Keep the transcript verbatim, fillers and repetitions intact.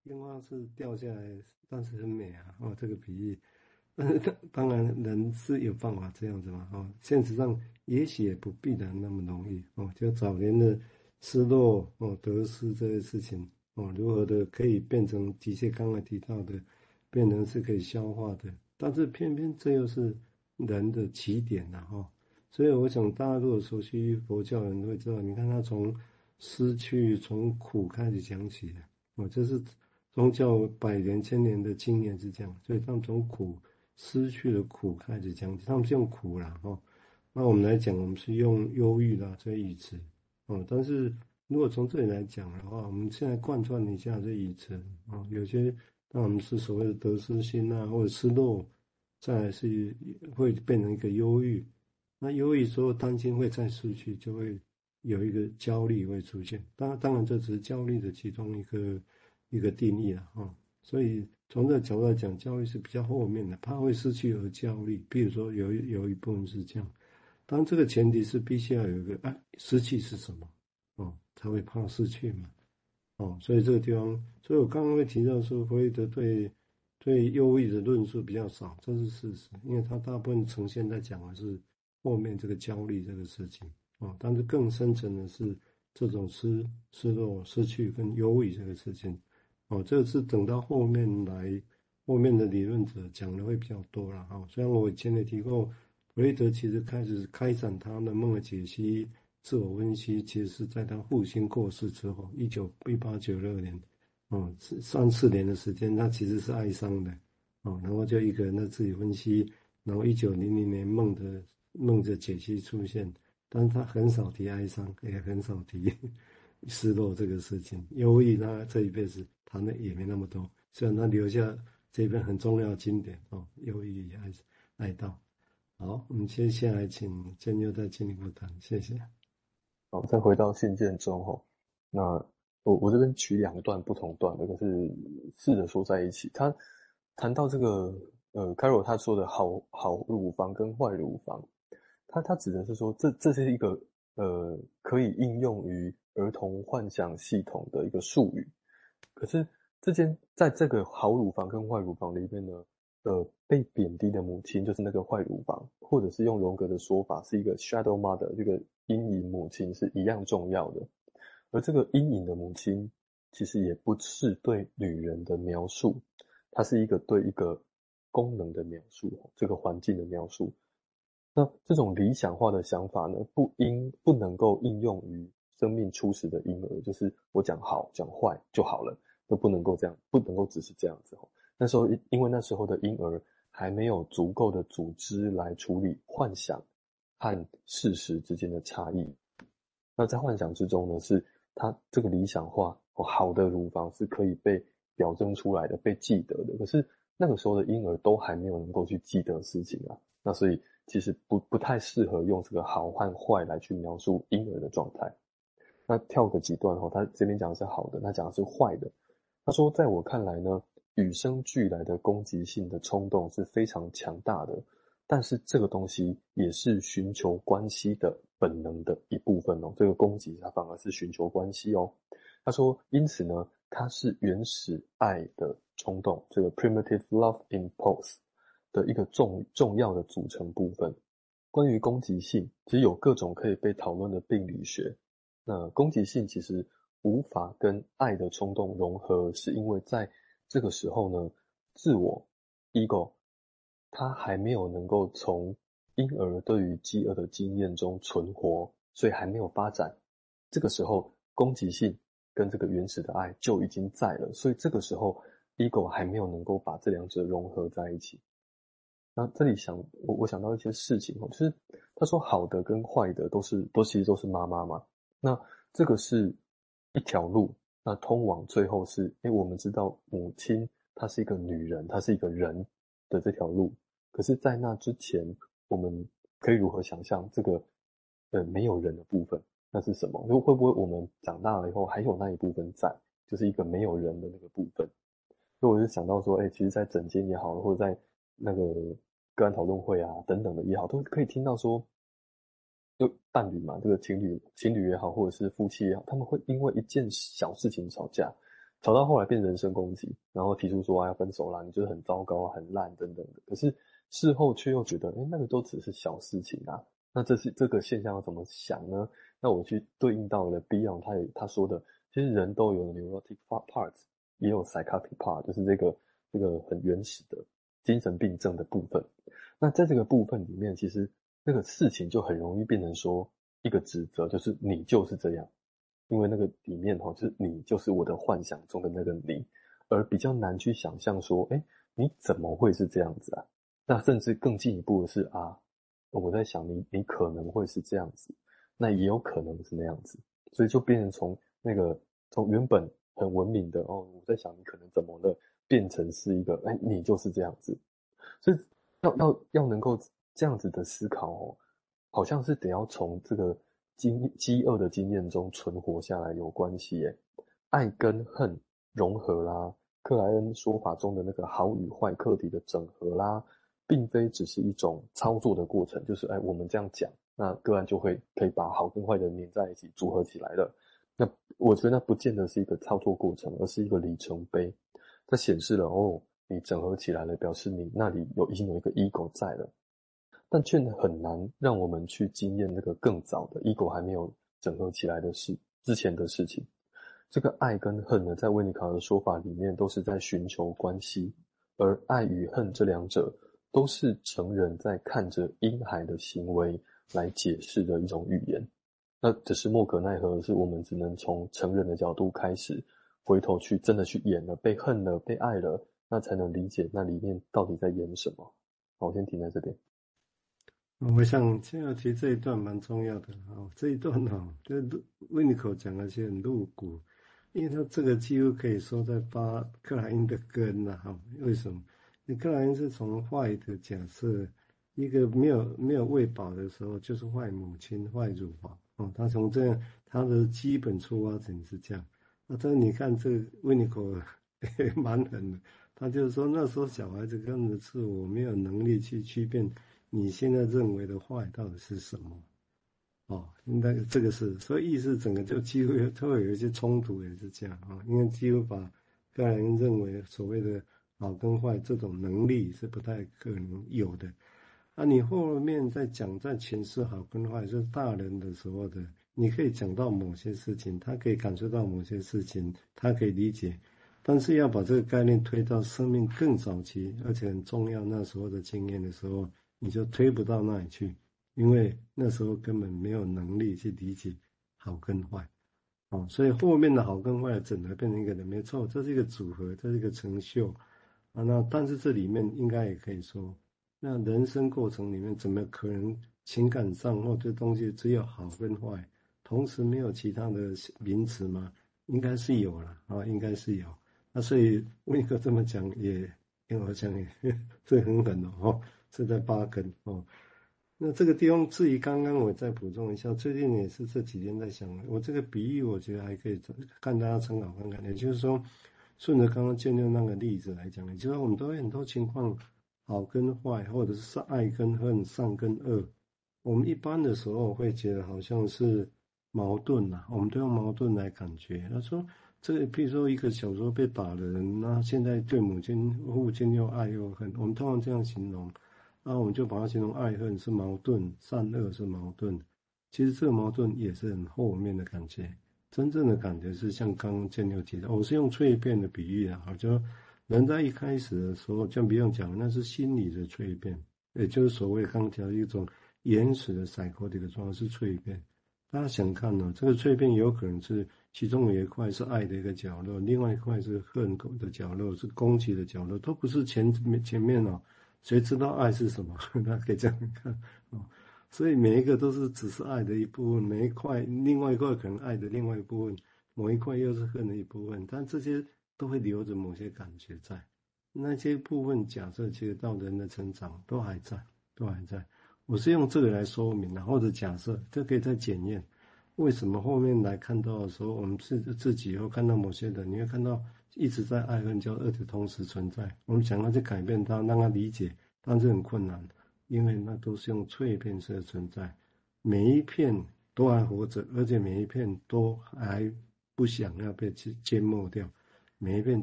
樱花是掉下来，但是很美啊。哦，这个比喻，但是当当然人是有办法这样子嘛。哦，现实上也许也不必然那么容易。哦，就早年的失落哦得失这些事情哦，如何的可以变成的确刚才提到的，变成是可以消化的。但是偏偏这又是人的起点呐、哈、哦。所以我想大家如果熟悉佛教人会知道，你看他从失去、从苦开始讲起的。哦，这是宗教百年、千年的经验是这样，所以他们从苦失去了苦开始讲起，他们是用苦啦，哦。那我们来讲，我们是用忧郁啦这语词，哦。但是如果从这里来讲的话，我们现在贯穿一下这语词，哦，有些那我们是所谓的得失心啊，或者失落，再来是会变成一个忧郁。那忧郁之后担心会再失去，就会有一个焦虑会出现。当然，当然这只是焦虑的其中一个一个定义了哈。所以从这个角度来讲，焦虑是比较后面的，怕会失去而焦虑。比如说有一有一部分是这样，当然这个前提是必须要有一个哎，失去是什么哦，才会怕失去嘛。哦，所以这个地方，所以我刚刚会提到说，弗洛伊德对对忧郁的论述比较少，这是事实，因为他大部分呈现在讲的是后面这个焦虑这个事情哦，但是更深层的是这种失失落、失去跟忧郁这个事情哦，这个是等到后面来后面的理论者讲的会比较多了哈、哦。虽然我以前也提过，弗洛伊德其实开始开展他的梦的解析。自我分析其实是在他父亲过世之后，一九一八九六年，哦，三四年的时间，他其实是哀伤的，哦，然后就一个人在自己分析，然后一九零零年梦的梦的解析出现，但是他很少提哀伤，也很少提失落这个事情，忧郁他这一辈子谈的也没那么多，虽然他留下这本很重要的经典哦，忧郁与哀哀悼。好，我们接下来请建佑再进一步谈，谢谢。 好，再回到信件中吼，那我我这边取两段不同段的，可是试着说在一起。他谈到这个呃，Carol 他说的好好乳房跟坏乳房，他他指的是说这这是一个呃可以应用于儿童幻想系统的一个术语。可是这件在这个好乳房跟坏乳房里面呢，呃，被贬低的母亲就是那个坏乳房，或者是用荣格的说法是一个 shadow mother，这个阴影母亲是一样重要的。而这个阴影的母亲其实也不是对女人的描述，它是一个对一个功能的描述，这个环境的描述。那这种理想化的想法呢，不应不能够应用于生命初始的婴儿，就是我讲好讲坏就好了，都不能够这样，不能够只是这样子。那时候因为那时候的婴儿还没有足够的组织来处理幻想和事实之间的差异。那在幻想之中呢，是他这个理想化哦，好的乳房是可以被表征出来的，被记得的。可是那个时候的婴儿都还没有能够去记得事情啊，那所以其实不不太适合用这个好和坏来去描述婴儿的状态。那跳个几段哦，他这边讲的是好的，他讲的是坏的。他说，在我看来呢，与生俱来的攻击性的冲动是非常强大的，但是这个东西也是寻求关系的本能的一部分哦。这个攻击它反而是寻求关系哦。他说，因此呢，它是原始爱的冲动，这个 primitive love impulse 的一个重重要的组成部分。关于攻击性，其实有各种可以被讨论的病理学。那攻击性其实无法跟爱的冲动融合，是因为在这个时候呢，自我 ego 它还没有能够从婴儿对于饥饿的经验中存活，所以还没有发展。这个时候攻击性跟这个原始的爱就已经在了，所以这个时候 ego 还没有能够把这两者融合在一起。那这里想我我想到一些事情哦，就是他说好的跟坏的都是都其实都是妈妈嘛，那这个是一条路，那通往最后是，因为我们知道母亲她是一个女人，她是一个人的这条路，可是在那之前，我们可以如何想象这个呃没有人的部分，那是什么？就会不会我们长大了以后还有那一部分在，就是一个没有人的那个部分？所以我就想到说，哎，其实，在诊间也好，或者在那个个案讨论会啊等等的也好，都可以听到说，就伴侣嘛，这个情侣情侣也好，或者是夫妻也好，他们会因为一件小事情吵架， 吵到后来变人身攻击，然后提出说啊要分手啦，你就是很糟糕、很烂等等的。可是事后却又觉得，哎，那个都只是小事情啊。那这是这个现象要怎么想呢？那我去对应到了 Beyond 他也他说的，其实人都有 neurotic parts，也有 psychotic part，就是这个这个很原始的精神病症的部分。那在这个部分里面，其实那个事情就很容易变成说一个指责，就是你就是这样，因为那个里面哈，就是你就是我的幻想中的那个你，而比较难去想象说，哎，你怎么会是这样子啊？那甚至更进一步的是啊，我在想你你可能会是这样子，那也有可能是那样子，所以就变成从那个从原本很文明的哦，我在想你可能怎么了，变成是一个哎你就是这样子，所以要要要能够这样子的思考哦，好像是得要从这个饥饥饿的经验中存活下来有关系耶。爱跟恨融合啦，克莱恩说法中的那个好与坏课题的整合啦，并非只是一种操作的过程，就是哎我们这样讲，那个案就会可以把好跟坏的连在一起组合起来了。那我觉得那不见得是一个操作过程，而是一个里程碑。它显示了哦，你整合起来了，表示你那里有已经有一个 ego 在了，但却很难让我们去经验那个更早的 ego 还没有整合起来的事之前的事情。这个爱跟恨呢，在维尼卡的说法里面都是在寻求关系，而爱与恨这两者都是成人在看着婴孩的行为来解释的一种语言。那只是莫可奈何的是，我们只能从成人的角度开始，回头去真的去演了，被恨了，被爱了，那才能理解那里面到底在演什么。好，我先停在这边。 我想现在提这一段蛮重要的啊，这一段哈、哦，就是维尼口讲的些很露骨，因为他这个几乎可以说在扒克莱因的根了哈。为什么？你克莱因是从坏的假设，一个没有没有喂饱的时候就是坏母亲、坏乳房哦，他从这样他的基本出发点是这样。那这你看这个维尼口也蛮狠的，他就是说那时候小孩子根本是我没有能力去区辨。你现在认为的坏到底是什么？哦，那这个是，所以意识整个就几乎都会有一些冲突，也是这样啊、哦。因为几乎把个人认为所谓的好跟坏这种能力是不太可能有的。啊，你后面再讲在诠释好跟坏，就是大人的时候的，你可以讲到某些事情，他可以感受到某些事情，他可以理解，但是要把这个概念推到生命更早期，而且很重要那时候的经验的时候。你就推不到那里去，因为那时候根本没有能力去理解好跟坏，哦，所以后面的好跟坏的整合变成一个人，没错，这是一个组合，这是一个成就啊。那但是这里面应该也可以说，那人生过程里面怎么可能情感上或这东西只有好跟坏，同时没有其他的名词吗？应该是有了啊，应该是有。那所以威克这么讲也，跟我讲也是很狠的哦。是在八根哦。那这个地方至于刚刚我再补充一下，最近也是这几天在想，我这个比喻我觉得还可以看大家参考看看。也就是说，顺着刚刚建六那个例子来讲，也就是说我们都有很多情况，好跟坏，或者是爱跟恨、善跟恶，我们一般的时候会觉得好像是矛盾呐、啊，我们都用矛盾来感觉。他说。这个，譬如说一个小时候被打的人，那现在对母亲、父亲又爱又恨，我们通常这样形容，那我们就把它形容爱恨是矛盾，善恶是矛盾。其实这个矛盾也是很后面的感觉，真正的感觉是像刚刚建六提的，我是用蜕变的比喻啊，好像人在一开始的时候，像不用讲，那是心理的蜕变，也就是所谓刚讲的一种原始的 psychotic 的状态是蜕变。大家想看呢、哦，这个蜕变有可能是其中有一块是爱的一个角落，另外一块是恨的角落，是攻击的角落，都不是前前面哦。谁知道爱是什么？大家可以这样看哦。所以每一个都是只是爱的一部分，每一块另外一块可能爱的另外一部分，某一块又是恨的一部分，但这些都会留着某些感觉在。那些部分假设其实到人的成长都还在，都还在。我是用这个来说明的，或者假设，这可以再检验。为什么后面来看到的时候，我们自自己以后看到某些人，你会看到一直在爱恨交恶的同时存在。我们想要去改变他，让他理解，但是很困难，因为那都是用蜕变式的存在，每一片都还活着，而且每一片都还不想要被去缄没掉， 每一遍